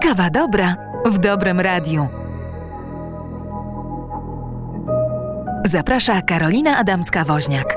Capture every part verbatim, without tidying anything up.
Kawa dobra w dobrym radiu. Zaprasza Karolina Adamska-Woźniak.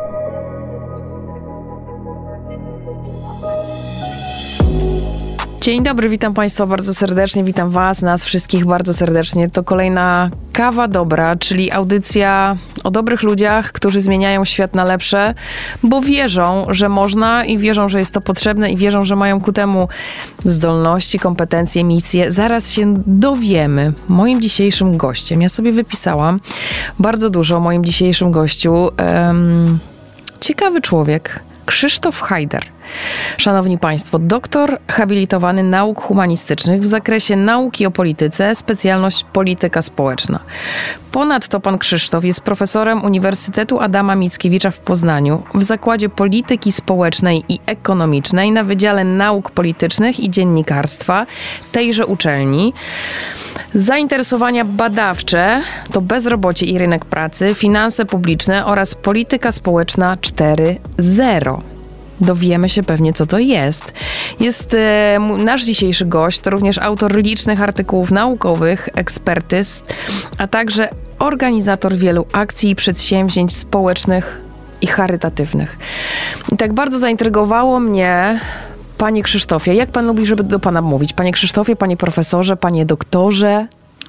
Dzień dobry, witam Państwa bardzo serdecznie, witam Was, nas wszystkich bardzo serdecznie. To kolejna Kawa Dobra, czyli audycja o dobrych ludziach, którzy zmieniają świat na lepsze, bo wierzą, że można i wierzą, że jest to potrzebne i wierzą, że mają ku temu zdolności, kompetencje, misje. Zaraz się dowiemy. Moim dzisiejszym gościem, ja sobie wypisałam bardzo dużo o moim dzisiejszym gościu. Um, ciekawy człowiek, Krzysztof Hajder. Szanowni Państwo, doktor habilitowany nauk humanistycznych w zakresie nauki o polityce, specjalność polityka społeczna. Ponadto pan Krzysztof jest profesorem Uniwersytetu Adama Mickiewicza w Poznaniu w Zakładzie Polityki Społecznej i Ekonomicznej na Wydziale Nauk Politycznych i Dziennikarstwa tejże uczelni. Zainteresowania badawcze to bezrobocie i rynek pracy, finanse publiczne oraz polityka społeczna cztery zero. Dowiemy się pewnie, co to jest. Jest e, nasz dzisiejszy gość, to również autor licznych artykułów naukowych, ekspertyz, a także organizator wielu akcji i przedsięwzięć społecznych i charytatywnych. I tak bardzo zaintrygowało mnie, panie Krzysztofie, jak pan lubi, żeby do pana mówić? Panie Krzysztofie, panie profesorze, panie doktorze?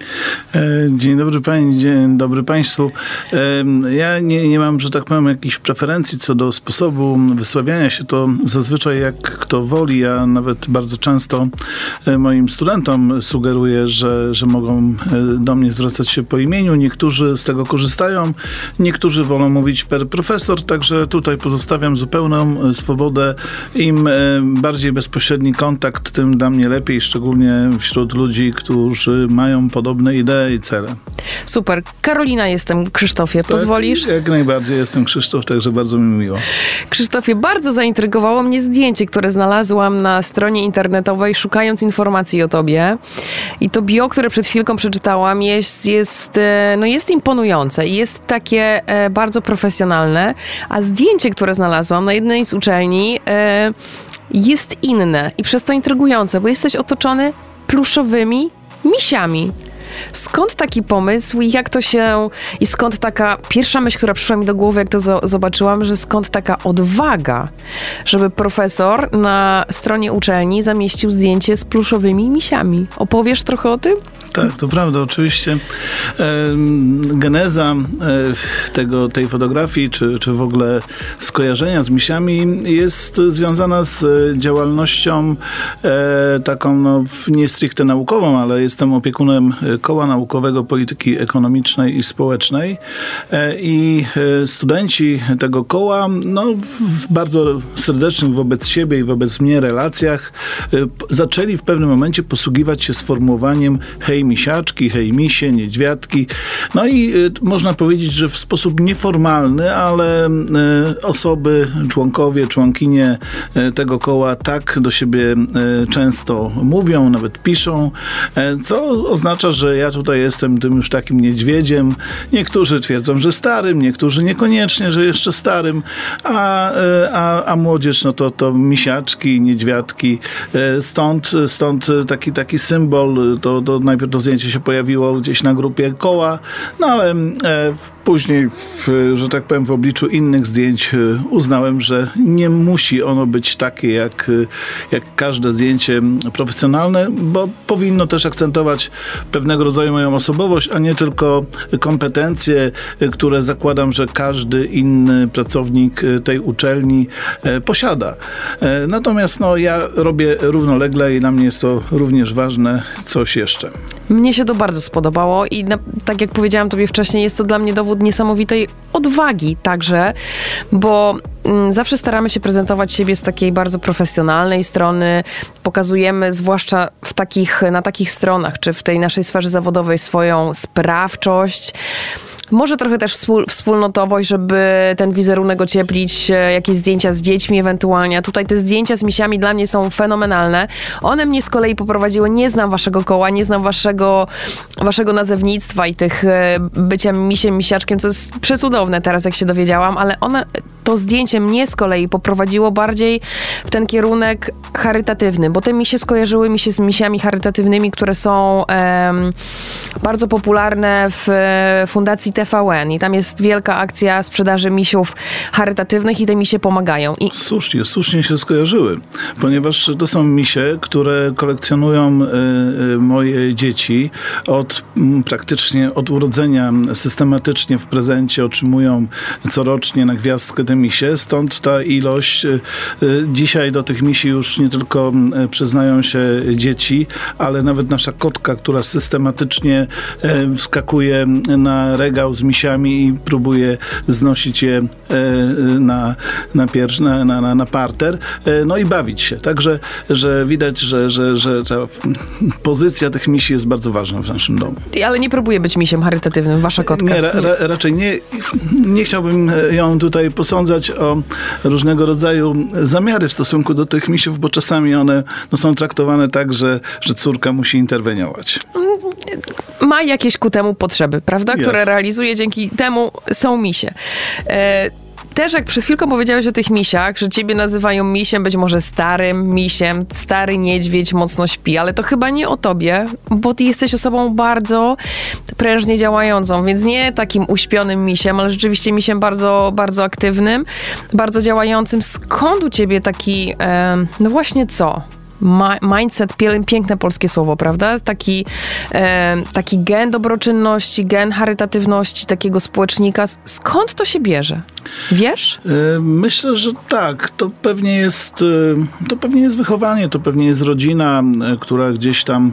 Dzień dobry Pani, dzień dobry Państwu. Ja nie, nie mam, że tak powiem, jakichś preferencji co do sposobu wysławiania się. To zazwyczaj jak kto woli. Ja nawet bardzo często moim studentom sugeruję, że, że mogą do mnie zwracać się po imieniu. Niektórzy z tego korzystają, niektórzy wolą mówić per profesor, także tutaj pozostawiam zupełną swobodę. Im bardziej bezpośredni kontakt, tym dla mnie lepiej, szczególnie wśród ludzi, którzy mają podobne podobne idee i cele. Super. Karolina jestem, Krzysztofie. Pozwolisz? Tak, jak najbardziej jestem Krzysztof, także bardzo mi miło. Krzysztofie, bardzo zaintrygowało mnie zdjęcie, które znalazłam na stronie internetowej, szukając informacji o tobie. I to bio, które przed chwilką przeczytałam, jest, jest, no jest imponujące i jest takie e, bardzo profesjonalne, a zdjęcie, które znalazłam na jednej z uczelni e, jest inne i przez to intrygujące, bo jesteś otoczony pluszowymi misiami. Skąd taki pomysł i jak to się... I skąd taka... Pierwsza myśl, która przyszła mi do głowy, jak to zo- zobaczyłam, że skąd taka odwaga, żeby profesor na stronie uczelni zamieścił zdjęcie z pluszowymi misiami. Opowiesz trochę o tym? Tak, to prawda, oczywiście. E, geneza e, tego, tej fotografii, czy, czy w ogóle skojarzenia z misiami jest związana z działalnością e, taką, no, nie stricte naukową, ale jestem opiekunem Koła Naukowego Polityki Ekonomicznej i Społecznej e, i e, studenci tego koła, no, w bardzo serdecznych wobec siebie i wobec mnie relacjach e, zaczęli w pewnym momencie posługiwać się sformułowaniem hej misiaczki, hej misie, niedźwiadki. No i y, można powiedzieć, że w sposób nieformalny, ale y, osoby, członkowie, członkinie y, tego koła tak do siebie y, często mówią, nawet piszą, y, co oznacza, że ja tutaj jestem tym już takim niedźwiedziem. Niektórzy twierdzą, że starym, niektórzy niekoniecznie, że jeszcze starym, a, y, a, a młodzież, no to, to misiaczki, niedźwiadki. Y, stąd, stąd taki, taki symbol, to, to najpierw to zdjęcie się pojawiło gdzieś na grupie koła, no ale e, później, w, że tak powiem, w obliczu innych zdjęć e, uznałem, że nie musi ono być takie jak, jak każde zdjęcie profesjonalne, bo powinno też akcentować pewnego rodzaju moją osobowość, a nie tylko kompetencje, e, które zakładam, że każdy inny pracownik tej uczelni e, posiada. E, natomiast no, ja robię równolegle i dla mnie jest to również ważne. Coś jeszcze. Mnie się to bardzo spodobało i na, tak jak powiedziałam tobie wcześniej, jest to dla mnie dowód niesamowitej odwagi także, bo mm, zawsze staramy się prezentować siebie z takiej bardzo profesjonalnej strony. Pokazujemy zwłaszcza w takich, na takich stronach, czy w tej naszej sferze zawodowej swoją sprawczość. Może trochę też wspól, wspólnotowość, żeby ten wizerunek ocieplić, jakieś zdjęcia z dziećmi ewentualnie. A tutaj te zdjęcia z misiami dla mnie są fenomenalne. One mnie z kolei poprowadziły, nie znam waszego koła, nie znam waszego, waszego nazewnictwa i tych bycia misiem, misiaczkiem, co jest przecudowne teraz, jak się dowiedziałam, ale one, to zdjęcie mnie z kolei poprowadziło bardziej w ten kierunek charytatywny, bo te misie skojarzyły mi się z misiami charytatywnymi, które są em, bardzo popularne w Fundacji T V N i tam jest wielka akcja sprzedaży misiów charytatywnych i te misie pomagają. I... Słusznie, słusznie się skojarzyły, ponieważ to są misie, które kolekcjonują y, y, moje dzieci od m, praktycznie od urodzenia systematycznie w prezencie otrzymują corocznie na gwiazdkę te misie, stąd ta ilość. Y, y, dzisiaj do tych misi już nie tylko y, przyznają się dzieci, ale nawet nasza kotka, która systematycznie y, wskakuje na regał z misiami i próbuje znosić je y, na, na, pierś, na, na, na parter, y, no i bawić się. Także, że widać, że, że, że ta pozycja tych misi jest bardzo ważna w naszym domu. Ale nie próbuje być misiem charytatywnym, wasza kotka. Nie, ra, ra, raczej nie. Nie chciałbym ją tutaj posądzać o różnego rodzaju zamiary w stosunku do tych misiów, bo czasami one no, są traktowane tak, że, że córka musi interweniować. Ma jakieś ku temu potrzeby, prawda? Jest. Które realizuje, dzięki temu są misie. E, Też jak przed chwilką powiedziałeś o tych misiach, że ciebie nazywają misiem, być może starym misiem, stary niedźwiedź mocno śpi, ale to chyba nie o tobie, bo ty jesteś osobą bardzo prężnie działającą, więc nie takim uśpionym misiem, ale rzeczywiście misiem bardzo, bardzo aktywnym, bardzo działającym. Skąd u ciebie taki, e, no właśnie co? Ma- mindset, piękne polskie słowo, prawda? Taki, e, taki gen dobroczynności, gen charytatywności, takiego społecznika. Skąd to się bierze? Wiesz? Myślę, że tak. To pewnie jest, to pewnie jest wychowanie, to pewnie jest rodzina, która gdzieś tam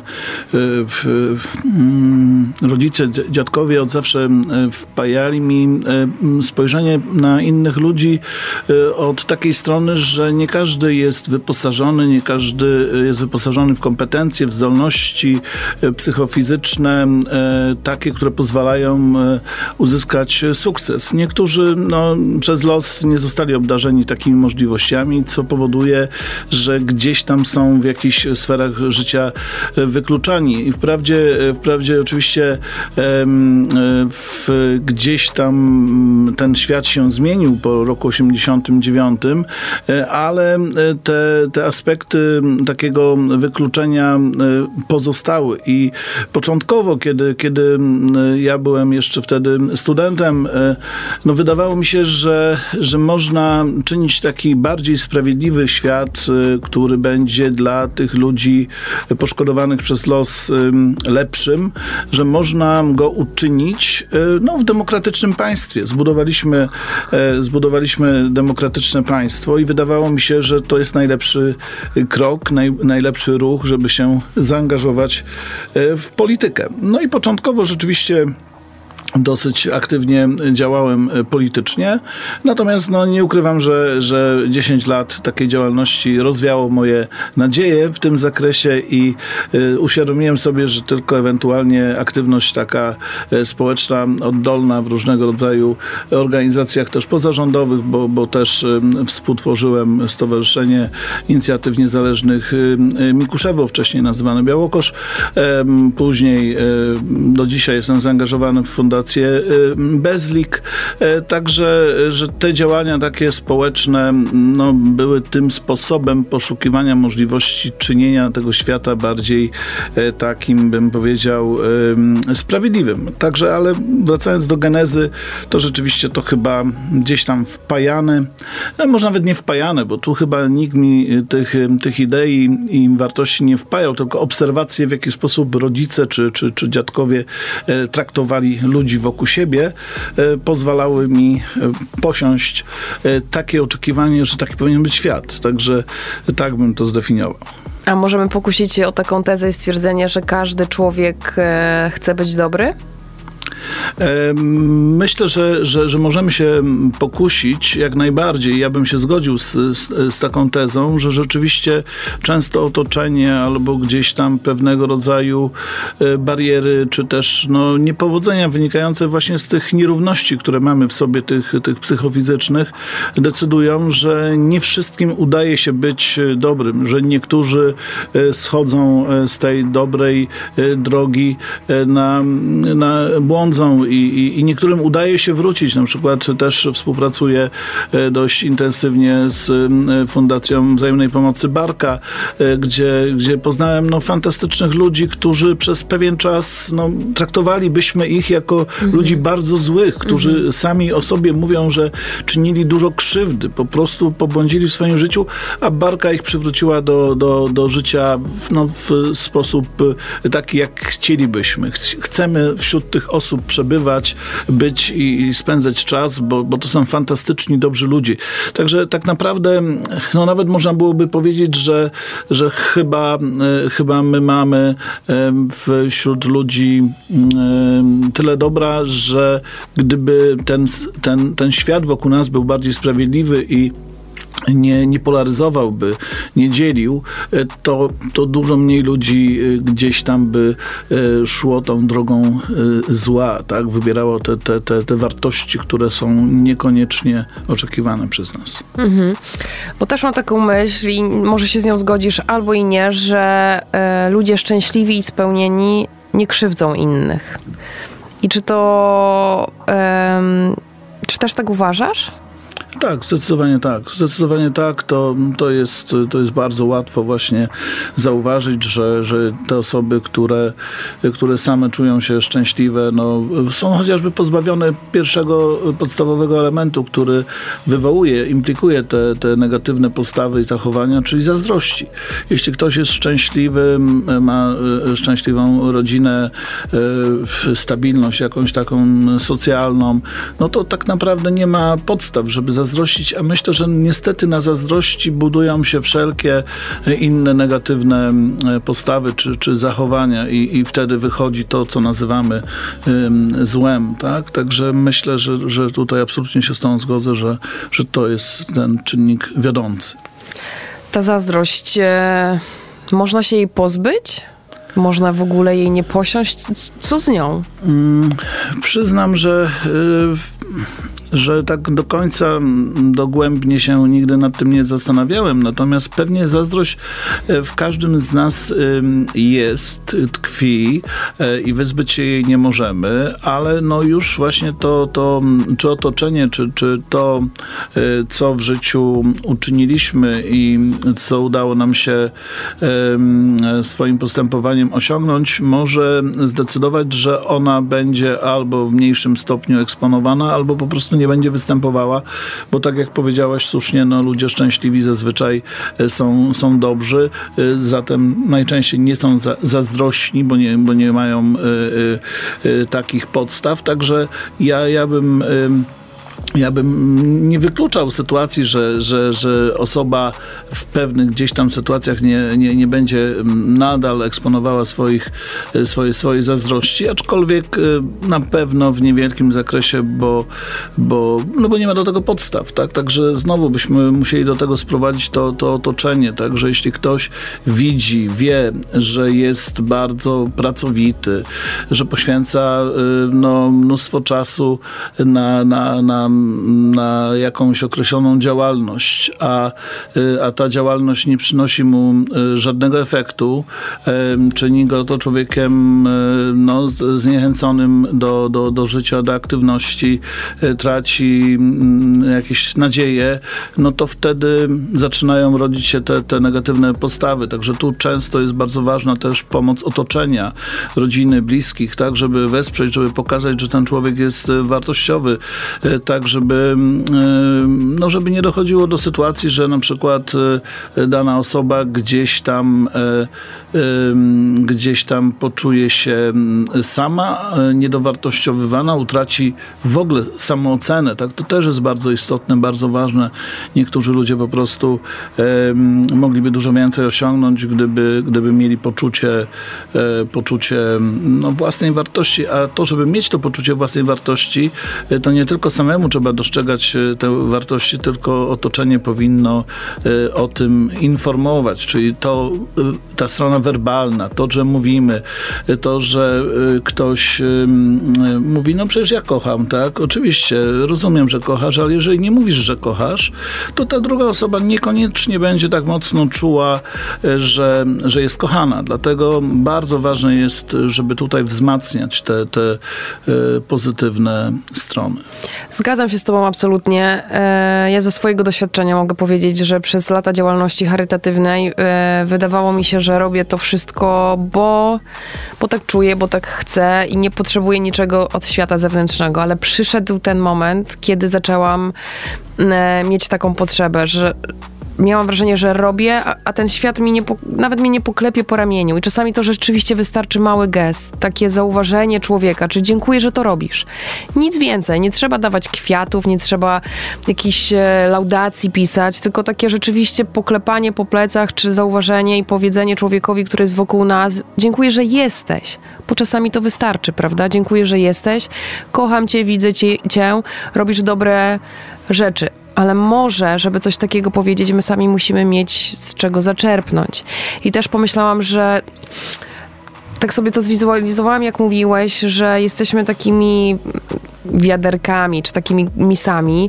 rodzice, dziadkowie od zawsze wpajali mi spojrzenie na innych ludzi od takiej strony, że nie każdy jest wyposażony, nie każdy jest wyposażony w kompetencje, w zdolności psychofizyczne, takie, które pozwalają uzyskać sukces. Niektórzy no, przez los nie zostali obdarzeni takimi możliwościami, co powoduje, że gdzieś tam są w jakichś sferach życia wykluczani. I wprawdzie, wprawdzie oczywiście w, gdzieś tam ten świat się zmienił po roku osiemdziesiątym dziewiątym, ale te, te aspekty takiego wykluczenia pozostały. I początkowo, kiedy, kiedy ja byłem jeszcze wtedy studentem, no wydawało mi się, że, że można czynić taki bardziej sprawiedliwy świat, który będzie dla tych ludzi poszkodowanych przez los lepszym, że można go uczynić no, w demokratycznym państwie. Zbudowaliśmy, zbudowaliśmy demokratyczne państwo i wydawało mi się, że to jest najlepszy krok, naj, najlepszy ruch, żeby się zaangażować w politykę. No i początkowo rzeczywiście dosyć aktywnie działałem politycznie, natomiast no, nie ukrywam, że, że dziesięć lat takiej działalności rozwiało moje nadzieje w tym zakresie i y, uświadomiłem sobie, że tylko ewentualnie aktywność taka y, społeczna, oddolna w różnego rodzaju organizacjach też pozarządowych, bo, bo też y, współtworzyłem Stowarzyszenie Inicjatyw Niezależnych y, y, Mikuszewo, wcześniej nazywane Białokosz. Y, później y, do dzisiaj jestem zaangażowany w Fundację Bezlik, także, że te działania takie społeczne no, były tym sposobem poszukiwania możliwości czynienia tego świata bardziej takim, bym powiedział, sprawiedliwym. Także, ale wracając do genezy, to rzeczywiście to chyba gdzieś tam wpajane, no, może nawet nie wpajane, bo tu chyba nikt mi tych, tych idei i wartości nie wpajał, tylko obserwacje, w jaki sposób rodzice czy, czy, czy dziadkowie traktowali ludzi wokół siebie, e, pozwalały mi e, posiąść e, takie oczekiwanie, że taki powinien być świat. Także tak bym to zdefiniował. A możemy pokusić się o taką tezę i stwierdzenie, że każdy człowiek e, chce być dobry? Myślę, że, że, że możemy się pokusić jak najbardziej. Ja bym się zgodził z, z, z taką tezą, że rzeczywiście często otoczenie albo gdzieś tam pewnego rodzaju bariery, czy też no, niepowodzenia wynikające właśnie z tych nierówności, które mamy w sobie, tych, tych psychofizycznych, decydują, że nie wszystkim udaje się być dobrym, że niektórzy schodzą z tej dobrej drogi na, na błądzą i, i, i niektórym udaje się wrócić. Na przykład też współpracuję dość intensywnie z Fundacją Wzajemnej Pomocy Barka, gdzie, gdzie poznałem no, fantastycznych ludzi, którzy przez pewien czas no, traktowalibyśmy ich jako mhm. ludzi bardzo złych, którzy mhm. sami o sobie mówią, że czynili dużo krzywdy, po prostu pobłądzili w swoim życiu, a Barka ich przywróciła do, do, do życia w, no, w sposób taki, jak chcielibyśmy. Chcemy wśród tych osób przebywać, być i, i spędzać czas, bo, bo to są fantastyczni, dobrzy ludzie. Także tak naprawdę, no nawet można byłoby powiedzieć, że, że chyba, chyba my mamy wśród ludzi tyle dobra, że gdyby ten, ten, ten świat wokół nas był bardziej sprawiedliwy i nie, nie polaryzowałby, nie dzielił, to, to dużo mniej ludzi gdzieś tam by szło tą drogą zła, tak? Wybierało te, te, te, te wartości, które są niekoniecznie oczekiwane przez nas. Mhm. Bo też mam taką myśl i może się z nią zgodzisz albo i nie, że e, ludzie szczęśliwi i spełnieni nie krzywdzą innych. I czy to... E, czy też tak uważasz? Tak, zdecydowanie tak. Zdecydowanie tak. To, to, jest, to jest bardzo łatwo właśnie zauważyć, że, że te osoby, które, które same czują się szczęśliwe, no, są chociażby pozbawione pierwszego podstawowego elementu, który wywołuje, implikuje te, te negatywne postawy i zachowania, czyli zazdrości. Jeśli ktoś jest szczęśliwy, ma szczęśliwą rodzinę, stabilność jakąś taką socjalną, no to tak naprawdę nie ma podstaw, żeby zazdrościć, a myślę, że niestety na zazdrości budują się wszelkie inne negatywne postawy czy, czy zachowania i, i wtedy wychodzi to, co nazywamy um, złem, tak? Także myślę, że, że tutaj absolutnie się z tą zgodzę, że, że to jest ten czynnik wiodący. Ta zazdrość, e, można się jej pozbyć? Można w ogóle jej nie posiąść? Co z nią? Hmm, przyznam, że yy, że tak do końca dogłębnie się nigdy nad tym nie zastanawiałem, natomiast pewnie zazdrość w każdym z nas jest, tkwi i wyzbyć się jej nie możemy, ale no już właśnie to, to czy otoczenie, czy, czy to, co w życiu uczyniliśmy i co udało nam się swoim postępowaniem osiągnąć, może zdecydować, że ona będzie albo w mniejszym stopniu eksponowana, albo po prostu nie nie będzie występowała, bo tak jak powiedziałaś słusznie, no ludzie szczęśliwi zazwyczaj są, są dobrzy, zatem najczęściej nie są za, zazdrośni, bo nie, bo nie mają y, y, y, takich podstaw, także ja, ja bym y, Ja bym nie wykluczał sytuacji, że, że, że osoba w pewnych gdzieś tam sytuacjach nie, nie, nie będzie nadal eksponowała swoich, swoje, swoje zazdrości, aczkolwiek na pewno w niewielkim zakresie, bo, bo, no bo nie ma do tego podstaw. Tak? Także znowu byśmy musieli do tego sprowadzić to, to otoczenie. Tak? Że jeśli ktoś widzi, wie, że jest bardzo pracowity, że poświęca no, mnóstwo czasu na, na, na na jakąś określoną działalność, a, a ta działalność nie przynosi mu żadnego efektu, czyni go to człowiekiem no, zniechęconym do, do, do życia, do aktywności, traci jakieś nadzieje, no to wtedy zaczynają rodzić się te, te negatywne postawy. Także tu często jest bardzo ważna też pomoc otoczenia, rodziny, bliskich, tak, żeby wesprzeć, żeby pokazać, że ten człowiek jest wartościowy, tak, żeby, no, żeby nie dochodziło do sytuacji, że na przykład dana osoba gdzieś tam gdzieś tam poczuje się sama, niedowartościowywana, utraci w ogóle samoocenę. Tak? To też jest bardzo istotne, bardzo ważne. Niektórzy ludzie po prostu mogliby dużo więcej osiągnąć, gdyby, gdyby mieli poczucie, poczucie no, własnej wartości, a to, żeby mieć to poczucie własnej wartości, to nie tylko samemu trzeba dostrzegać te wartości, tylko otoczenie powinno o tym informować, czyli to, ta strona werbalna, to, że mówimy, to, że ktoś mówi, no przecież ja kocham, tak? Oczywiście, rozumiem, że kochasz, ale jeżeli nie mówisz, że kochasz, to ta druga osoba niekoniecznie będzie tak mocno czuła, że, że jest kochana. Dlatego bardzo ważne jest, żeby tutaj wzmacniać te, te pozytywne strony. Zgadzam się z tobą absolutnie. Ja ze swojego doświadczenia mogę powiedzieć, że przez lata działalności charytatywnej wydawało mi się, że robię to wszystko, bo, bo tak czuję, bo tak chcę i nie potrzebuję niczego od świata zewnętrznego, ale przyszedł ten moment, kiedy zaczęłam mieć taką potrzebę, że miałam wrażenie, że robię, a, a ten świat mi nie po, nawet mnie nie poklepie po ramieniu. I czasami to rzeczywiście wystarczy mały gest, takie zauważenie człowieka, czy dziękuję, że to robisz. Nic więcej. Nie trzeba dawać kwiatów, nie trzeba jakichś e, laudacji pisać, tylko takie rzeczywiście poklepanie po plecach, czy zauważenie i powiedzenie człowiekowi, który jest wokół nas, dziękuję, że jesteś. Bo czasami to wystarczy, prawda? Dziękuję, że jesteś. Kocham cię, widzę cię, cię robisz dobre rzeczy. Ale może, żeby coś takiego powiedzieć, my sami musimy mieć z czego zaczerpnąć. I też pomyślałam, że tak sobie to zwizualizowałam, jak mówiłeś, że jesteśmy takimi wiaderkami, czy takimi misami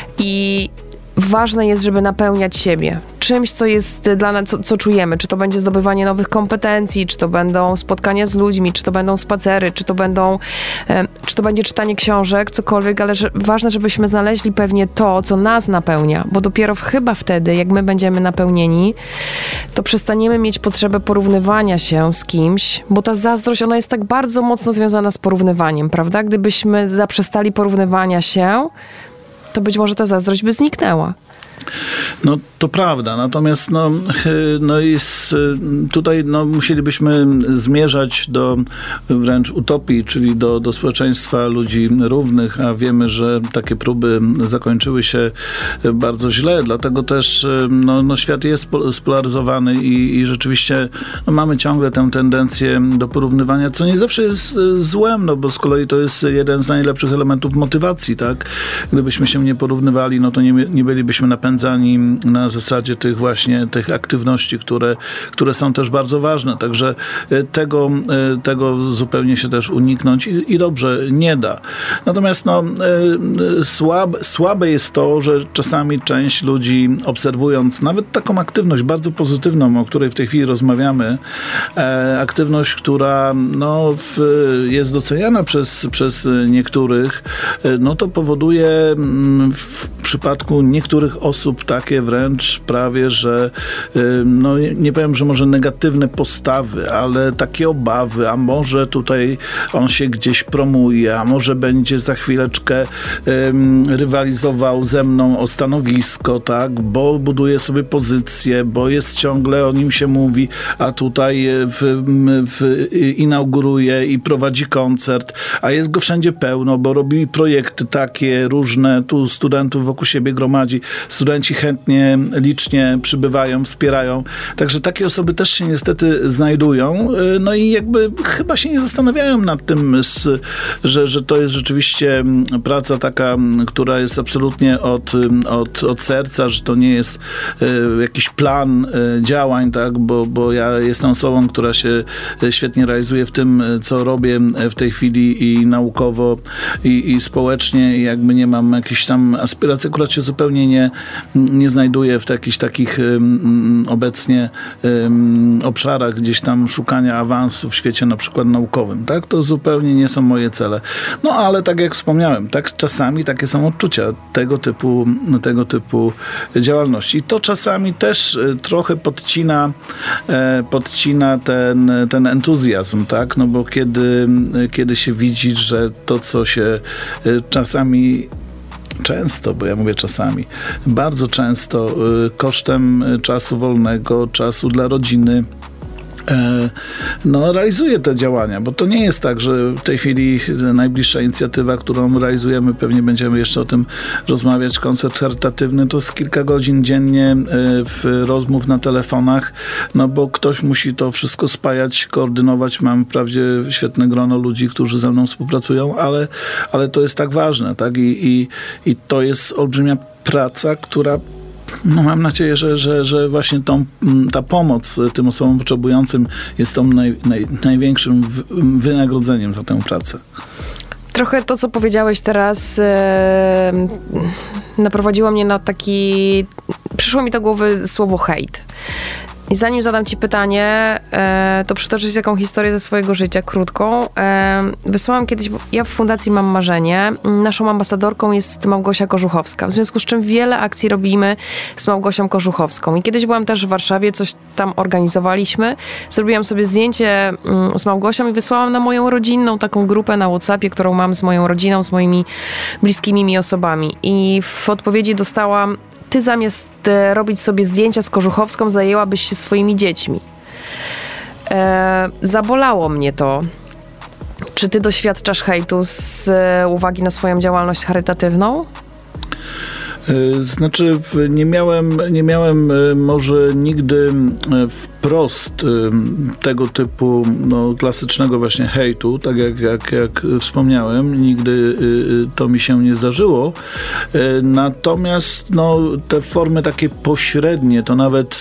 i ważne jest, żeby napełniać siebie czymś, co jest dla nas, co, co czujemy. Czy to będzie zdobywanie nowych kompetencji, czy to będą spotkania z ludźmi, czy to będą spacery, czy to będą, e, czy to będzie czytanie książek, cokolwiek, ale że, ważne, żebyśmy znaleźli pewnie to, co nas napełnia, bo dopiero chyba wtedy, jak my będziemy napełnieni, to przestaniemy mieć potrzebę porównywania się z kimś, bo ta zazdrość, ona jest tak bardzo mocno związana z porównywaniem, prawda? Gdybyśmy zaprzestali porównywania się, to być może ta zazdrość by zniknęła. No to prawda, natomiast no, no jest, tutaj no, musielibyśmy zmierzać do wręcz utopii, czyli do, do społeczeństwa ludzi równych, a wiemy, że takie próby zakończyły się bardzo źle, dlatego też no, no świat jest spolaryzowany i, i rzeczywiście no, mamy ciągle tę tendencję do porównywania, co nie zawsze jest złem, no bo z kolei to jest jeden z najlepszych elementów motywacji, tak? Gdybyśmy się nie porównywali, no to nie, nie bylibyśmy napędzani na zasadzie tych właśnie tych aktywności, które, które są też bardzo ważne. Także tego, tego zupełnie się też uniknąć i, i dobrze nie da. Natomiast no, słabe, słabe jest to, że czasami część ludzi, obserwując nawet taką aktywność bardzo pozytywną, o której w tej chwili rozmawiamy, e, aktywność, która no, w, jest doceniana przez, przez niektórych, no to powoduje w przypadku niektórych osób takie wręcz prawie, że no nie powiem, że może negatywne postawy, ale takie obawy, a może tutaj on się gdzieś promuje, a może będzie za chwileczkę um, rywalizował ze mną o stanowisko, tak, bo buduje sobie pozycję, bo jest ciągle, o nim się mówi, a tutaj w, w, inauguruje i prowadzi koncert, a jest go wszędzie pełno, bo robi projekty takie różne, tu studentów wokół siebie gromadzi, studenci chętnie, licznie przybywają, wspierają. Także takie osoby też się niestety znajdują. No i jakby chyba się nie zastanawiają nad tym, że, że to jest rzeczywiście praca taka, która jest absolutnie od, od, od serca, że to nie jest jakiś plan działań, tak? Bo, bo ja jestem osobą, która się świetnie realizuje w tym, co robię w tej chwili i naukowo, i, i społecznie, i jakby nie mam jakichś tam aspiracji, akurat się zupełnie nie, nie znajduję w jakichś takich um, obecnie um, obszarach gdzieś tam szukania awansu w świecie na przykład naukowym, tak? To zupełnie nie są moje cele. No ale tak jak wspomniałem, tak czasami takie są odczucia tego typu, tego typu działalności. I to czasami też trochę podcina, e, podcina ten, ten entuzjazm, tak? No bo kiedy, kiedy się widzi, że to, co się czasami często, bo ja mówię czasami, bardzo często kosztem czasu wolnego, czasu dla rodziny, no, realizuje te działania, bo to nie jest tak, że w tej chwili najbliższa inicjatywa, którą realizujemy, pewnie będziemy jeszcze o tym rozmawiać, koncert charytatywny, to jest kilka godzin dziennie w rozmów na telefonach, no bo ktoś musi to wszystko spajać, koordynować. Mam wprawdzie świetne grono ludzi, którzy ze mną współpracują, ale, ale to jest tak ważne, tak? I, i, i to jest olbrzymia praca, która no mam nadzieję, że, że, że właśnie tą, ta pomoc tym osobom potrzebującym jest tą naj, naj, największym wynagrodzeniem za tę pracę. Trochę to, co powiedziałeś teraz, e, naprowadziło mnie na taki... Przyszło mi do głowy słowo hejt. I zanim zadam ci pytanie, e, to przytoczę ci taką historię ze swojego życia, krótką. E, wysłałam kiedyś, bo ja w Fundacji Mam Marzenie, naszą ambasadorką jest Małgosia Kożuchowska, w związku z czym wiele akcji robimy z Małgosią Kożuchowską. I kiedyś byłam też w Warszawie, coś tam organizowaliśmy. Zrobiłam sobie zdjęcie mm, z Małgosią i wysłałam na moją rodzinną taką grupę na WhatsAppie, którą mam z moją rodziną, z moimi bliskimi mi osobami. I w odpowiedzi dostałam: ty zamiast e, robić sobie zdjęcia z Kożuchowską, zajęłabyś się swoimi dziećmi. E, zabolało mnie to. Czy ty doświadczasz hejtu z e, uwagi na swoją działalność charytatywną? Znaczy nie miałem, nie miałem może nigdy wprost tego typu no, klasycznego właśnie hejtu, tak jak, jak, jak wspomniałem, nigdy to mi się nie zdarzyło. Natomiast no, te formy takie pośrednie, to nawet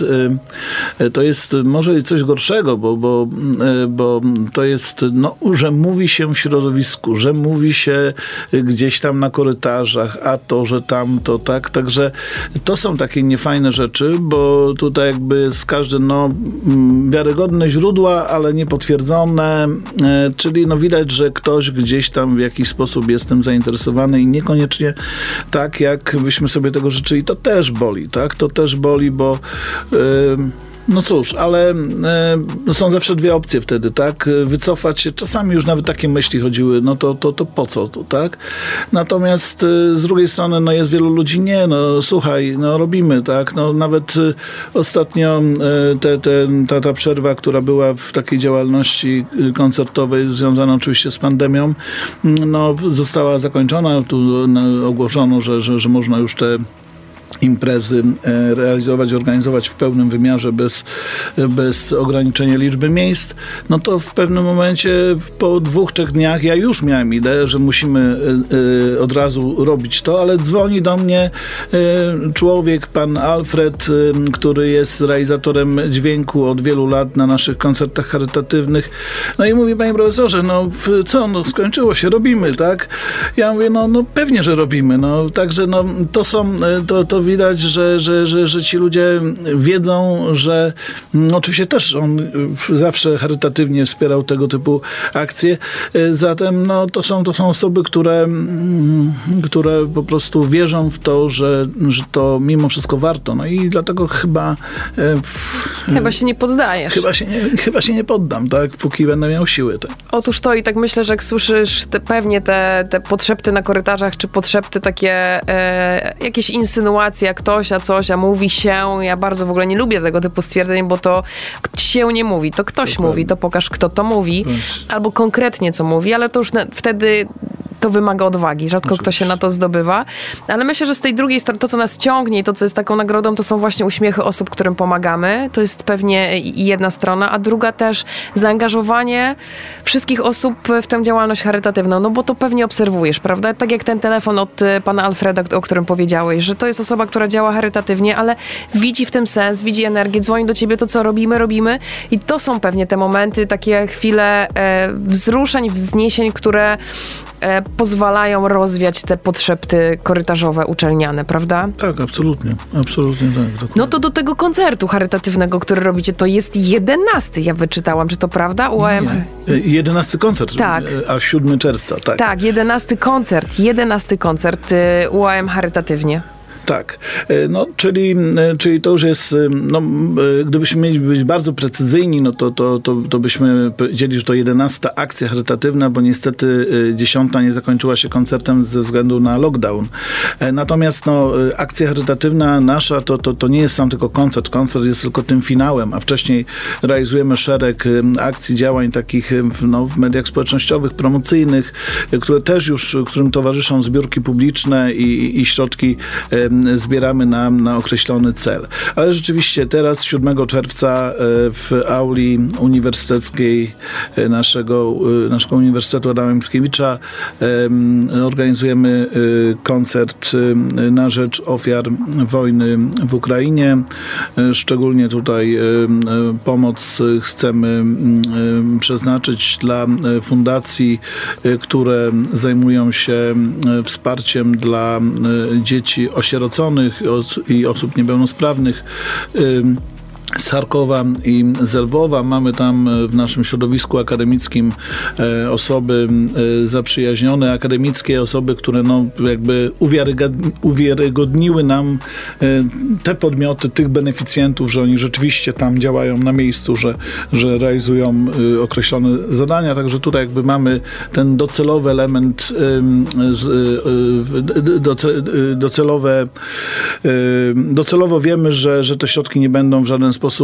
to jest może coś gorszego, bo, bo, bo to jest, no, że mówi się w środowisku, że mówi się gdzieś tam na korytarzach, a to, że tam, to tak. Tak? Także to są takie niefajne rzeczy, bo tutaj jakby z każdym, no, wiarygodne źródła, ale niepotwierdzone, e, czyli no widać, że ktoś gdzieś tam w jakiś sposób jest tym zainteresowany i niekoniecznie tak, jak byśmy sobie tego życzyli. To też boli, tak? To też boli, bo e, no cóż, ale e, są zawsze dwie opcje wtedy, tak? Wycofać się, czasami już nawet takie myśli chodziły, no to, to, to po co to, tak? Natomiast e, z drugiej strony, no jest wielu ludzi, nie, no słuchaj, no robimy, tak? No nawet e, ostatnio e, te, te, ta, ta przerwa, która była w takiej działalności koncertowej, związana oczywiście z pandemią, no została zakończona, tu no, ogłoszono, że, że, że można już te imprezy realizować, organizować w pełnym wymiarze, bez, bez ograniczenia liczby miejsc, no to w pewnym momencie po dwóch, trzech dniach ja już miałem ideę, że musimy y, od razu robić to, ale dzwoni do mnie y, człowiek, pan Alfred, y, który jest realizatorem dźwięku od wielu lat na naszych koncertach charytatywnych, no i mówi: panie profesorze, no co, no skończyło się, robimy, tak? Ja mówię, no, no pewnie, że robimy, no także no to są, to, to widać, że, że, że, że ci ludzie wiedzą, że no, oczywiście też on zawsze charytatywnie wspierał tego typu akcje. Zatem no, to, są, to są osoby, które, które po prostu wierzą w to, że, że to mimo wszystko warto. No i dlatego chyba... Chyba się nie poddajesz. Chyba się nie, chyba się nie poddam, tak? Póki będę miał siły. Tak. Otóż to i tak myślę, że jak słyszysz te, pewnie te, te podszepty na korytarzach, czy podszepty takie, e, jakieś insynuacje, jak ktoś, a coś, a mówi się. Ja bardzo w ogóle nie lubię tego typu stwierdzeń, bo to się nie mówi, to ktoś Dokładnie. mówi, to pokaż, kto to mówi, Proszę. albo konkretnie co mówi, ale to już na, wtedy to wymaga odwagi. Rzadko Oczywiście. kto się na to zdobywa. Ale myślę, że z tej drugiej strony to, co nas ciągnie i to, co jest taką nagrodą, to są właśnie uśmiechy osób, którym pomagamy. To jest pewnie jedna strona, a druga też zaangażowanie wszystkich osób w tę działalność charytatywną. No bo to pewnie obserwujesz, prawda? Tak jak ten telefon od pana Alfreda, o którym powiedziałeś, że to jest osoba, która działa charytatywnie, ale widzi w tym sens, widzi energię, dzwoni do ciebie, to co robimy, robimy. I to są pewnie te momenty, takie chwile e, wzruszeń, wzniesień, które e, pozwalają rozwiać te podszepty korytarzowe, uczelniane, prawda? Tak, absolutnie. Absolutnie tak. Dokładnie. No to do tego koncertu charytatywnego, który robicie, to jest jedenasty, ja wyczytałam, czy to prawda? U A M... Nie. jedenasty koncert, tak. a siódmego czerwca, tak. Tak, jedenasty koncert, jedenasty koncert U A M charytatywnie. Tak, no czyli, czyli to już jest, no gdybyśmy mieli być bardzo precyzyjni, no to, to, to, to byśmy powiedzieli, że to jedenasta akcja charytatywna, bo niestety dziesiąta nie zakończyła się koncertem ze względu na lockdown. Natomiast no, akcja charytatywna nasza to, to, to nie jest sam tylko koncert, koncert jest tylko tym finałem, a wcześniej realizujemy szereg akcji, działań takich no, w mediach społecznościowych, promocyjnych, które też już, którym towarzyszą zbiórki publiczne i, i środki zbieramy na, na określony cel. Ale rzeczywiście teraz siódmego czerwca w auli uniwersyteckiej naszego, naszego Uniwersytetu Adama Mickiewicza organizujemy koncert na rzecz ofiar wojny w Ukrainie. Szczególnie tutaj pomoc chcemy przeznaczyć dla fundacji, które zajmują się wsparciem dla dzieci osieroconych i osób niepełnosprawnych z Charkowa i z Lwowa. Mamy tam w naszym środowisku akademickim e, osoby e, zaprzyjaźnione, akademickie osoby, które no, jakby uwiarygodniły nam e, te podmioty, tych beneficjentów, że oni rzeczywiście tam działają na miejscu, że, że realizują e, określone zadania. Także tutaj jakby mamy ten docelowy element, e, z, e, doce, docelowe, e, docelowo wiemy, że, że te środki nie będą w żaden sposób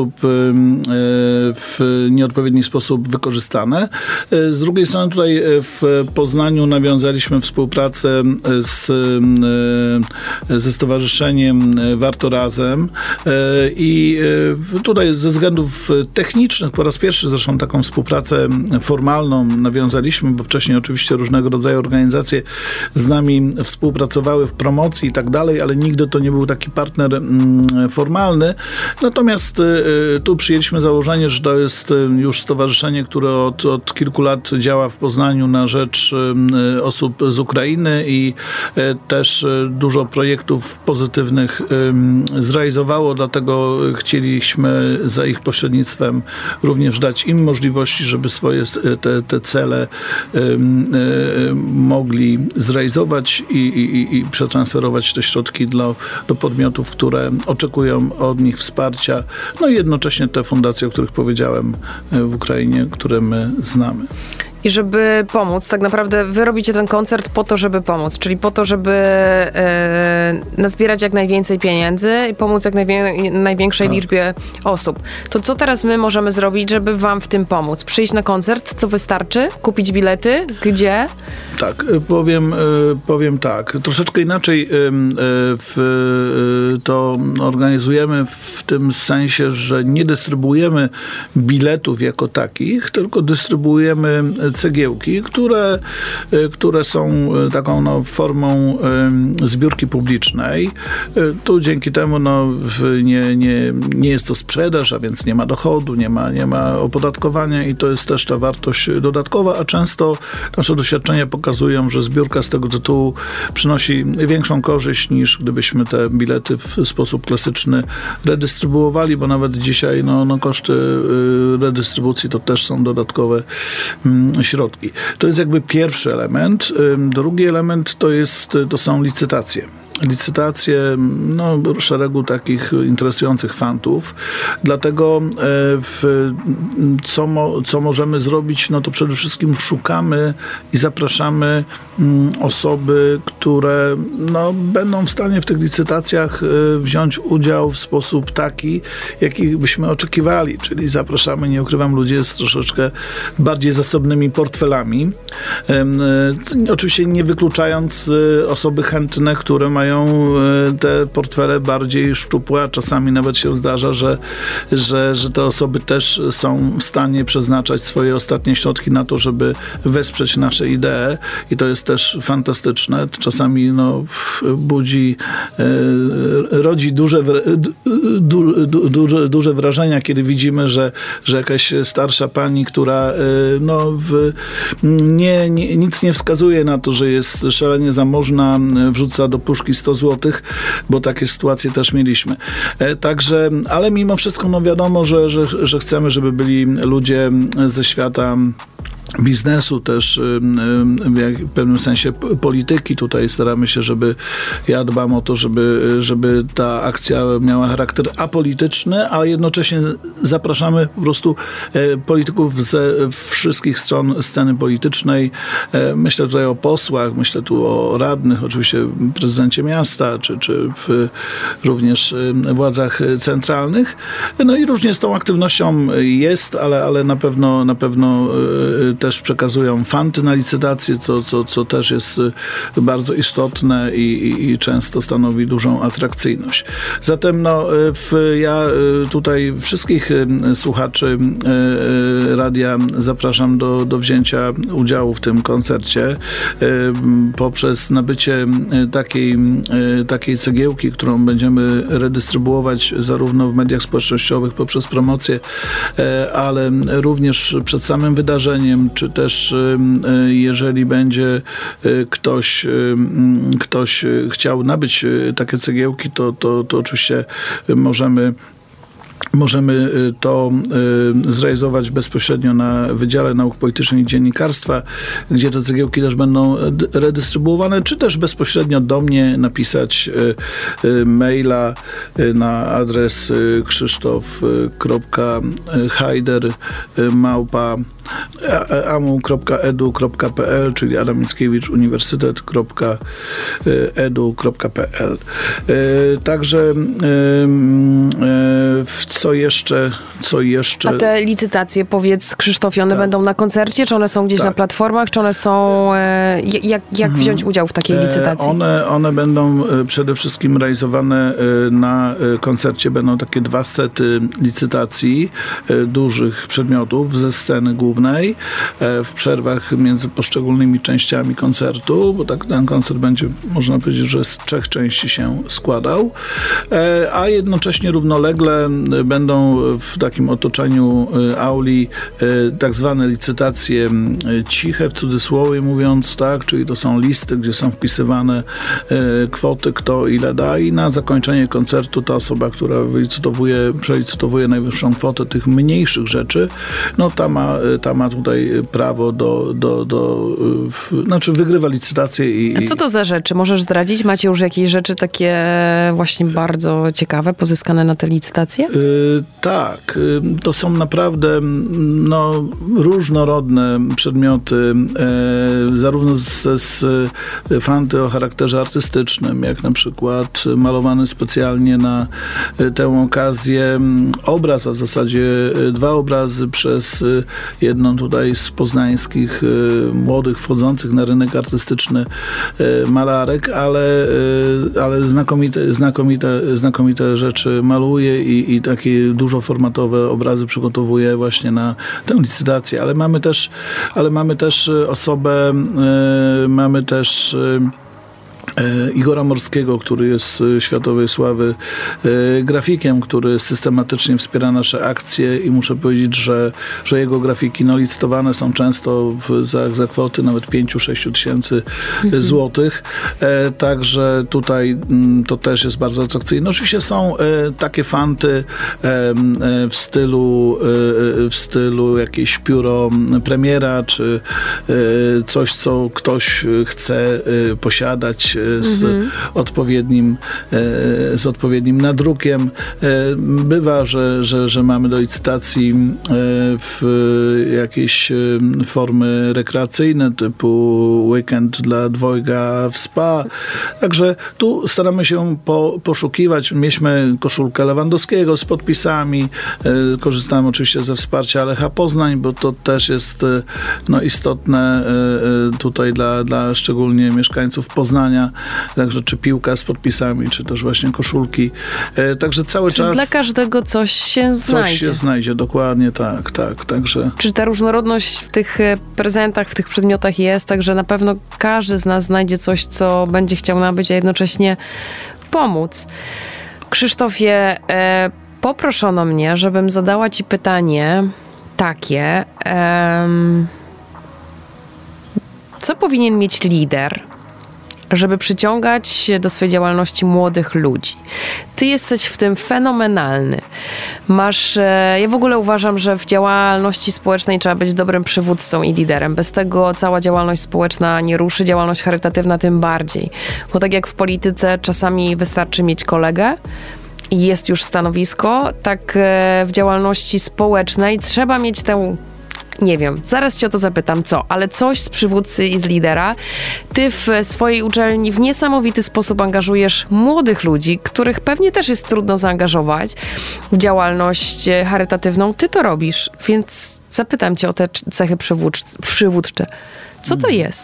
w nieodpowiedni sposób wykorzystane. Z drugiej strony tutaj w Poznaniu nawiązaliśmy współpracę z, ze Stowarzyszeniem Warto Razem i tutaj ze względów technicznych po raz pierwszy zresztą taką współpracę formalną nawiązaliśmy, bo wcześniej oczywiście różnego rodzaju organizacje z nami współpracowały w promocji i tak dalej, ale nigdy to nie był taki partner formalny. Natomiast tu przyjęliśmy założenie, że to jest już stowarzyszenie, które od, od kilku lat działa w Poznaniu na rzecz osób z Ukrainy i też dużo projektów pozytywnych zrealizowało, dlatego chcieliśmy za ich pośrednictwem również dać im możliwości, żeby swoje te, te cele mogli zrealizować i, i, i przetransferować te środki dla, do podmiotów, które oczekują od nich wsparcia. No i jednocześnie te fundacje, o których powiedziałem w Ukrainie, które my znamy. I żeby pomóc, tak naprawdę wy robicie ten koncert po to, żeby pomóc, czyli po to, żeby e, nazbierać jak najwięcej pieniędzy i pomóc jak najwię- największej tak. liczbie osób. To co teraz my możemy zrobić, żeby wam w tym pomóc? Przyjść na koncert, to wystarczy? Kupić bilety? Gdzie? Tak, powiem, powiem tak. Troszeczkę inaczej w, to organizujemy w tym sensie, że nie dystrybuujemy biletów jako takich, tylko dystrybuujemy cegiełki, które, które są taką no, formą zbiórki publicznej. Tu dzięki temu no, nie, nie, nie jest to sprzedaż, a więc nie ma dochodu, nie ma, nie ma opodatkowania i to jest też ta wartość dodatkowa, a często nasze doświadczenia pokazują, że zbiórka z tego tytułu przynosi większą korzyść niż gdybyśmy te bilety w sposób klasyczny redystrybuowali, bo nawet dzisiaj no, no, koszty redystrybucji to też są dodatkowe środki. To jest jakby pierwszy element. Drugi element to jest, to są licytacje. Licytacje no, szeregu takich interesujących fantów. Dlatego w, co, mo, co możemy zrobić, no to przede wszystkim szukamy i zapraszamy osoby, które no, będą w stanie w tych licytacjach wziąć udział w sposób taki, jaki byśmy oczekiwali. Czyli zapraszamy, nie ukrywam, ludzi z troszeczkę bardziej zasobnymi portfelami. Oczywiście nie wykluczając osoby chętne, które mają te portfele bardziej szczupłe, a czasami nawet się zdarza, że, że, że te osoby też są w stanie przeznaczać swoje ostatnie środki na to, żeby wesprzeć nasze idee i to jest też fantastyczne. Czasami no, budzi, rodzi duże, du, du, duże, duże wrażenia, kiedy widzimy, że, że jakaś starsza pani, która no, w, nie, nie, nic nie wskazuje na to, że jest szalenie zamożna, wrzuca do puszki sto złotych, bo takie sytuacje też mieliśmy. Także, ale mimo wszystko no wiadomo, że, że, że chcemy, żeby byli ludzie ze świata biznesu, też w pewnym sensie polityki. Tutaj staramy się, żeby, ja dbam o to, żeby, żeby ta akcja miała charakter apolityczny, a jednocześnie zapraszamy po prostu polityków ze wszystkich stron sceny politycznej. Myślę tutaj o posłach, myślę tu o radnych, oczywiście prezydencie miasta, czy, czy w również władzach centralnych. No i różnie z tą aktywnością jest, ale, ale na pewno, na pewno też przekazują fanty na licytację, co, co, co też jest bardzo istotne i, i, i często stanowi dużą atrakcyjność. Zatem no, w, ja tutaj wszystkich słuchaczy radia zapraszam do, do wzięcia udziału w tym koncercie poprzez nabycie takiej, takiej cegiełki, którą będziemy redystrybuować zarówno w mediach społecznościowych poprzez promocję, ale również przed samym wydarzeniem, czy też jeżeli będzie ktoś, ktoś chciał nabyć takie cegiełki, to, to, to oczywiście możemy Możemy to zrealizować bezpośrednio na Wydziale Nauk Politycznych i Dziennikarstwa, gdzie te cegiełki też będą redystrybuowane, czy też bezpośrednio do mnie napisać maila na adres krzysztof kropka hajder małpa amu kropka edu kropka pe el, czyli Adam Mickiewicz uniwersytet kropka edu kropka pe el. Także w Co jeszcze, co jeszcze? A te licytacje, powiedz Krzysztofie, one tak. będą na koncercie, czy one są gdzieś tak. na platformach, czy one są... E, jak jak mhm. wziąć udział w takiej licytacji? One, one będą przede wszystkim realizowane na koncercie. Będą takie dwa sety licytacji dużych przedmiotów ze sceny głównej w przerwach między poszczególnymi częściami koncertu, bo tak ten koncert będzie, można powiedzieć, że z trzech części się składał, a jednocześnie równolegle będą w takim otoczeniu auli tak zwane licytacje ciche, w cudzysłowie mówiąc, tak, czyli to są listy, gdzie są wpisywane kwoty, kto ile da, i na zakończenie koncertu ta osoba, która wylicytowuje, przelicytowuje najwyższą kwotę tych mniejszych rzeczy, no ta ma, ta ma tutaj prawo do, do, do w, znaczy wygrywa licytację. I, A co to za rzeczy? Możesz zdradzić? Macie już jakieś rzeczy takie właśnie bardzo ciekawe, pozyskane na te licytacje? Yy, tak. Yy, to są naprawdę no, różnorodne przedmioty, yy, zarówno z, z fanty o charakterze artystycznym, jak na przykład malowany specjalnie na tę okazję obraz, a w zasadzie dwa obrazy przez jedną tutaj z poznańskich yy, młodych, wchodzących na rynek artystyczny yy, malarek, ale, yy, ale znakomite, znakomite, znakomite rzeczy maluje i, i takie dużoformatowe obrazy przygotowuje właśnie na tę licytację. Ale mamy też, ale mamy też osobę, yy, mamy też yy, Igora Morskiego, który jest światowej sławy grafikiem, który systematycznie wspiera nasze akcje i muszę powiedzieć, że, że jego grafiki no, licytowane są często w, za, za kwoty nawet pięć do sześciu tysięcy mhm. złotych. E, także tutaj m, to też jest bardzo atrakcyjne. Oczywiście są e, takie fanty e, w stylu e, w stylu jakieś pióro premiera, czy e, coś, co ktoś chce e, posiadać z mhm. odpowiednim z odpowiednim nadrukiem. Bywa, że, że, że mamy do licytacji w jakieś formy rekreacyjne typu weekend dla dwojga w spa. Także tu staramy się po, poszukiwać. Mieliśmy koszulkę Lewandowskiego z podpisami. Korzystamy oczywiście ze wsparcia Lecha Poznań, bo to też jest no, istotne tutaj dla, dla szczególnie mieszkańców Poznania. Także czy piłka z podpisami, czy też właśnie koszulki. E, także cały Czyli czas... dla każdego coś się coś znajdzie. Coś się znajdzie, dokładnie tak, tak. Także... Czy ta różnorodność w tych prezentach, w tych przedmiotach jest, także na pewno każdy z nas znajdzie coś, co będzie chciał nabyć, a jednocześnie pomóc. Krzysztofie, e, poproszono mnie, żebym zadała ci pytanie takie. E, co powinien mieć lider, żeby przyciągać do swojej działalności młodych ludzi. Ty jesteś w tym fenomenalny. Masz, ja w ogóle uważam, że w działalności społecznej trzeba być dobrym przywódcą i liderem. Bez tego cała działalność społeczna nie ruszy, działalność charytatywna tym bardziej. Bo tak jak w polityce czasami wystarczy mieć kolegę i jest już stanowisko, tak w działalności społecznej trzeba mieć tę, nie wiem, zaraz cię o to zapytam, co, ale coś z przywódcy i z lidera. Ty w swojej uczelni w niesamowity sposób angażujesz młodych ludzi, których pewnie też jest trudno zaangażować w działalność charytatywną. Ty to robisz, więc zapytam cię o te cechy przywódcze. przywódcze. Co to jest?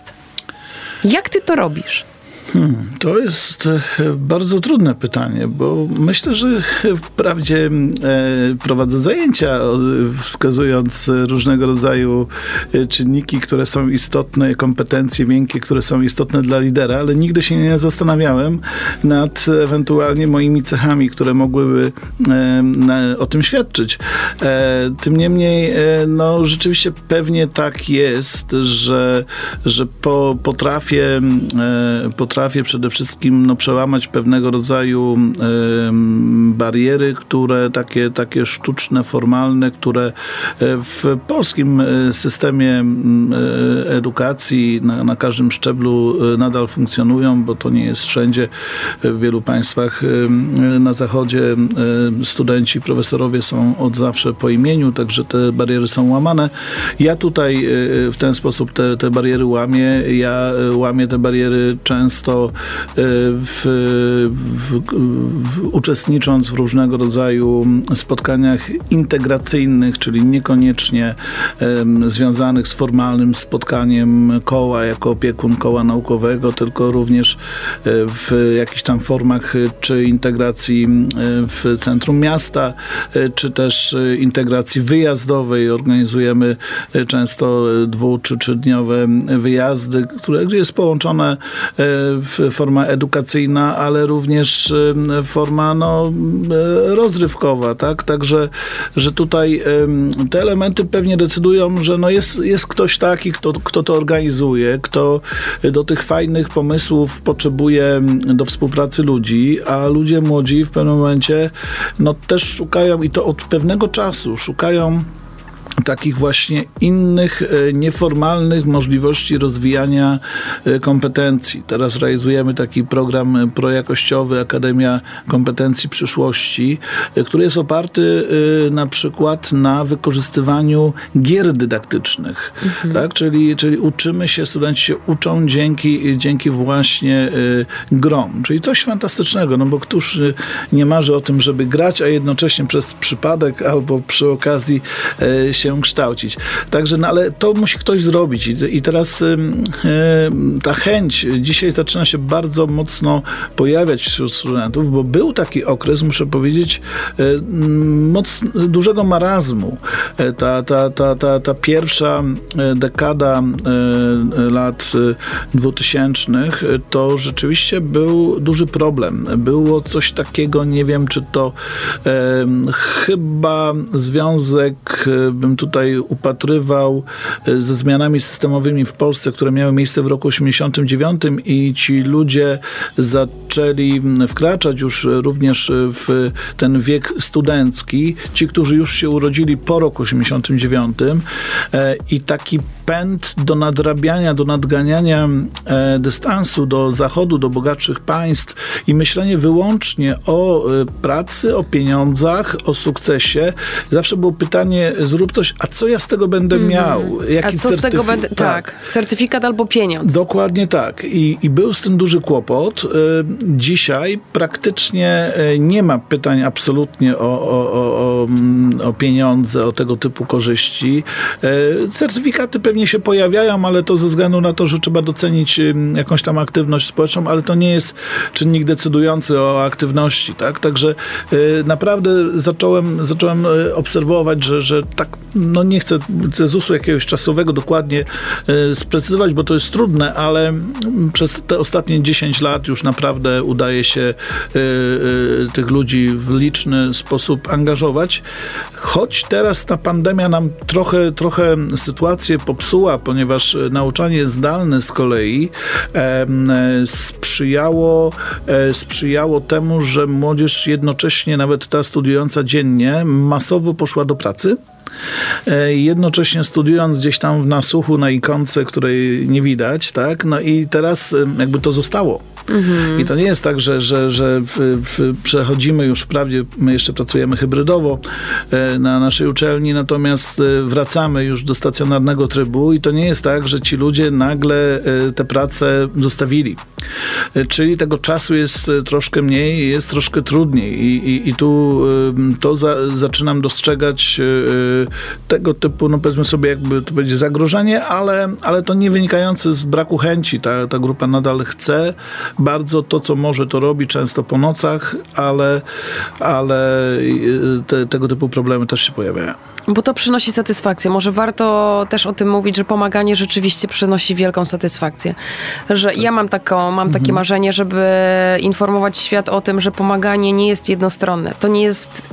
Jak ty to robisz? Hmm, to jest bardzo trudne pytanie, bo myślę, że wprawdzie e, prowadzę zajęcia, wskazując różnego rodzaju czynniki, które są istotne, kompetencje miękkie, które są istotne dla lidera, ale nigdy się nie zastanawiałem nad ewentualnie moimi cechami, które mogłyby e, na, o tym świadczyć. E, tym niemniej, e, no rzeczywiście pewnie tak jest, że, że po, potrafię, e, potrafię Potrafię przede wszystkim no, przełamać pewnego rodzaju y, bariery, które takie, takie sztuczne, formalne, które w polskim systemie y, edukacji na, na każdym szczeblu nadal funkcjonują, bo to nie jest wszędzie. W wielu państwach y, na zachodzie y, studenci, profesorowie są od zawsze po imieniu, także te bariery są łamane. Ja tutaj y, w ten sposób te, te bariery łamię. Ja łamię te bariery często W, w, w, uczestnicząc w różnego rodzaju spotkaniach integracyjnych, czyli niekoniecznie um, związanych z formalnym spotkaniem koła jako opiekun koła naukowego, tylko również w jakichś tam formach czy integracji w centrum miasta, czy też integracji wyjazdowej. Organizujemy często dwu czy trzydniowe wyjazdy, które, gdzie jest połączone forma edukacyjna, ale również forma no, rozrywkowa, tak? Także, że tutaj te elementy pewnie decydują, że no jest, jest ktoś taki, kto, kto to organizuje, kto do tych fajnych pomysłów potrzebuje do współpracy ludzi, a ludzie młodzi w pewnym momencie no też szukają, i to od pewnego czasu, szukają takich właśnie innych, nieformalnych możliwości rozwijania kompetencji. Teraz realizujemy taki program projakościowy Akademia Kompetencji Przyszłości, który jest oparty na przykład na wykorzystywaniu gier dydaktycznych. Mhm. Tak? Czyli, czyli uczymy się, studenci się uczą dzięki, dzięki właśnie grom. Czyli coś fantastycznego, no bo któż nie marzy o tym, żeby grać, a jednocześnie przez przypadek albo przy okazji się kształcić. Także, no ale to musi ktoś zrobić. I, i teraz y, y, ta chęć dzisiaj zaczyna się bardzo mocno pojawiać wśród studentów, bo był taki okres, muszę powiedzieć, y, moc, dużego marazmu. Y, ta, ta, ta, ta, ta pierwsza dekada y, lat dwutysięcznych y, to rzeczywiście był duży problem. Było coś takiego, nie wiem, czy to y, chyba związek, y, bym tutaj upatrywał ze zmianami systemowymi w Polsce, które miały miejsce w roku osiemdziesiątym dziewiątym i ci ludzie zaczęli wkraczać już również w ten wiek studencki. Ci, którzy już się urodzili po roku osiemdziesiątym dziewiątym i taki pęd do nadrabiania, do nadganiania dystansu do zachodu, do bogatszych państw i myślenie wyłącznie o pracy, o pieniądzach, o sukcesie. Zawsze było pytanie, zrób coś, a co ja z tego będę mm. miał? Jaki a co certyfi- z tego będę... Tak. tak, certyfikat albo pieniądz. Dokładnie tak. I, i był z tym duży kłopot. Dzisiaj praktycznie nie ma pytań absolutnie o, o, o, o pieniądze, o tego typu korzyści. Certyfikaty pewnie się pojawiają, ale to ze względu na to, że trzeba docenić jakąś tam aktywność społeczną, ale to nie jest czynnik decydujący o aktywności, tak? Także naprawdę zacząłem, zacząłem obserwować, że, że tak no nie chcę cezusu jakiegoś czasowego dokładnie sprecyzować, bo to jest trudne, ale przez te ostatnie dziesięć lat już naprawdę udaje się tych ludzi w liczny sposób angażować. Choć teraz ta pandemia nam trochę, trochę sytuację popsuła, ponieważ nauczanie zdalne z kolei e, sprzyjało, e, sprzyjało temu, że młodzież jednocześnie, nawet ta studiująca dziennie, masowo poszła do pracy. Jednocześnie studiując gdzieś tam w nasłuchu na ikonce, której nie widać, tak? No i teraz jakby to zostało. Mhm. I to nie jest tak, że, że, że w, w, przechodzimy już, wprawdzie my jeszcze pracujemy hybrydowo e, na naszej uczelni, natomiast e, wracamy już do stacjonarnego trybu i to nie jest tak, że ci ludzie nagle e, te prace zostawili. E, czyli tego czasu jest e, troszkę mniej i jest troszkę trudniej. I, i, i tu e, to za, zaczynam dostrzegać e, tego typu, no powiedzmy sobie, jakby to będzie zagrożenie, ale, ale to nie wynikające z braku chęci. Ta, ta grupa nadal chce bardzo to, co może, to robi, często po nocach, ale, ale te, tego typu problemy też się pojawiają. Bo to przynosi satysfakcję. Może warto też o tym mówić, że pomaganie rzeczywiście przynosi wielką satysfakcję. Że ja mam, taką, mam takie mhm. marzenie, żeby informować świat o tym, że pomaganie nie jest jednostronne. To nie jest...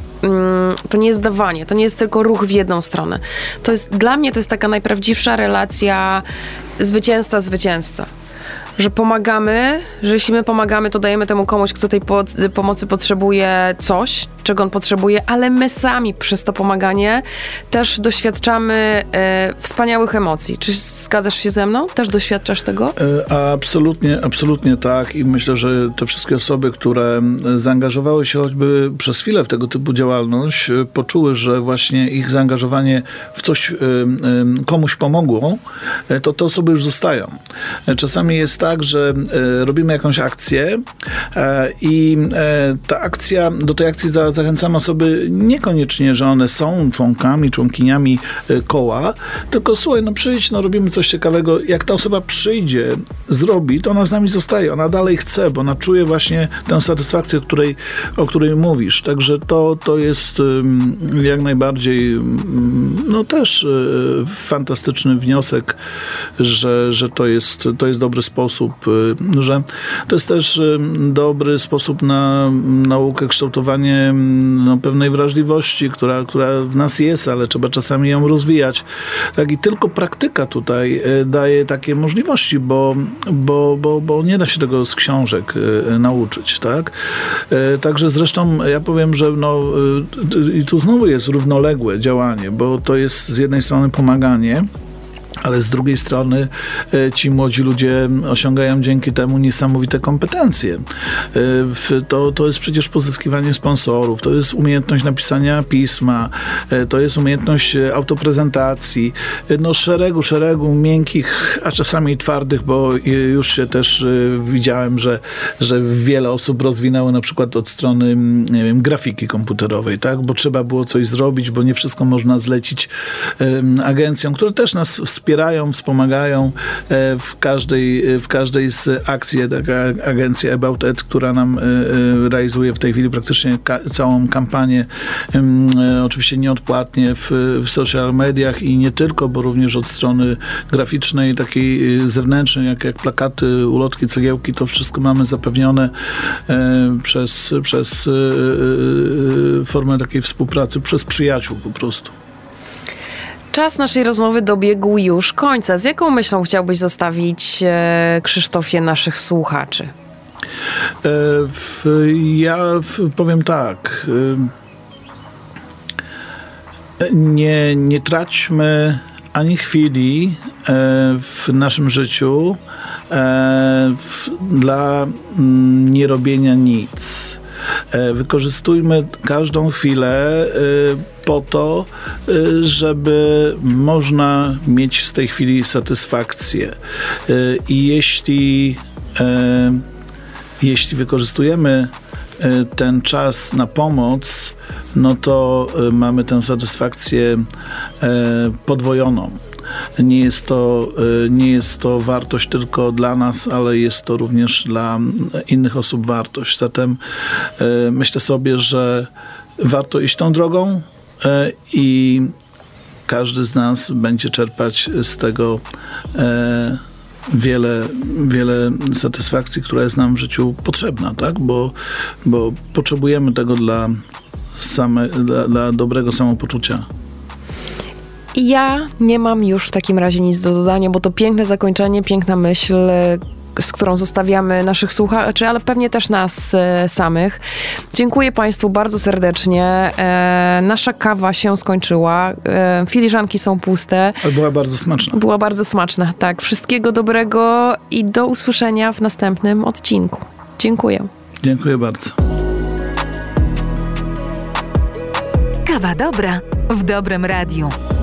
to nie jest dawanie, to nie jest tylko ruch w jedną stronę. To jest, dla mnie to jest taka najprawdziwsza relacja zwycięzca-zwycięzca. Że pomagamy, że jeśli my pomagamy, to dajemy temu komuś, kto tej po- pomocy potrzebuje coś, czego on potrzebuje, ale my sami przez to pomaganie też doświadczamy e, wspaniałych emocji. Czy zgadzasz się ze mną? Też doświadczasz tego? E, absolutnie, absolutnie tak i myślę, że te wszystkie osoby, które zaangażowały się choćby przez chwilę w tego typu działalność, poczuły, że właśnie ich zaangażowanie w coś e, e, komuś pomogło, e, to te osoby już zostają. E, czasami jest tak, że e, robimy jakąś akcję e, i e, ta akcja, do tej akcji za, zachęcamy osoby niekoniecznie, że one są członkami, członkiniami e, koła, tylko słuchaj, no przyjdź, no robimy coś ciekawego. Jak ta osoba przyjdzie, zrobi, to ona z nami zostaje. Ona dalej chce, bo ona czuje właśnie tę satysfakcję, o której, o której mówisz. Także to, to jest um, jak najbardziej um, no też um, fantastyczny wniosek, że, że to jest, to jest dobry sposób, że to jest też dobry sposób na naukę, kształtowanie no, pewnej wrażliwości, która, która w nas jest, ale trzeba czasami ją rozwijać. Tak, i tylko praktyka tutaj daje takie możliwości, bo, bo, bo, bo nie da się tego z książek nauczyć, tak? Także zresztą ja powiem, że no, i tu znowu jest równoległe działanie, bo to jest z jednej strony pomaganie, ale z drugiej strony ci młodzi ludzie osiągają dzięki temu niesamowite kompetencje. To, to jest przecież pozyskiwanie sponsorów, to jest umiejętność napisania pisma, to jest umiejętność autoprezentacji, no szeregu, szeregu miękkich, a czasami twardych, bo już się też widziałem, że, że wiele osób rozwinęło na przykład od strony, nie wiem, grafiki komputerowej, tak? Bo trzeba było coś zrobić, bo nie wszystko można zlecić agencjom, które też nas wspierają, wspomagają w każdej, w każdej z akcji. Taka agencja About Ed, która nam realizuje w tej chwili praktycznie ka- całą kampanię, oczywiście nieodpłatnie w, w social mediach i nie tylko, bo również od strony graficznej, takiej zewnętrznej, jak, jak plakaty, ulotki, cegiełki, to wszystko mamy zapewnione przez, przez formę takiej współpracy, przez przyjaciół po prostu. Czas naszej rozmowy dobiegł już końca. Z jaką myślą chciałbyś zostawić, e, Krzysztofie, naszych słuchaczy? E, w, ja w, powiem tak. E, nie, nie traćmy ani chwili e, w naszym życiu e, w, dla m, nierobienia nic. Wykorzystujmy każdą chwilę po to, żeby można mieć z tej chwili satysfakcję. I jeśli, jeśli wykorzystujemy ten czas na pomoc, no to mamy tę satysfakcję podwojoną. Nie jest to, nie jest to wartość tylko dla nas, ale jest to również dla innych osób wartość. Zatem myślę sobie, że warto iść tą drogą i każdy z nas będzie czerpać z tego e, wiele, wiele satysfakcji, która jest nam w życiu potrzebna, tak? Bo, bo potrzebujemy tego dla, same, dla, dla dobrego samopoczucia. I ja nie mam już w takim razie nic do dodania, bo to piękne zakończenie, piękna myśl, z którą zostawiamy naszych słuchaczy, ale pewnie też nas e, samych. Dziękuję Państwu bardzo serdecznie. E, nasza kawa się skończyła. E, filiżanki są puste. Ale była bardzo smaczna. Była bardzo smaczna, tak. Wszystkiego dobrego i do usłyszenia w następnym odcinku. Dziękuję. Dziękuję bardzo. Kawa dobra w dobrym radiu.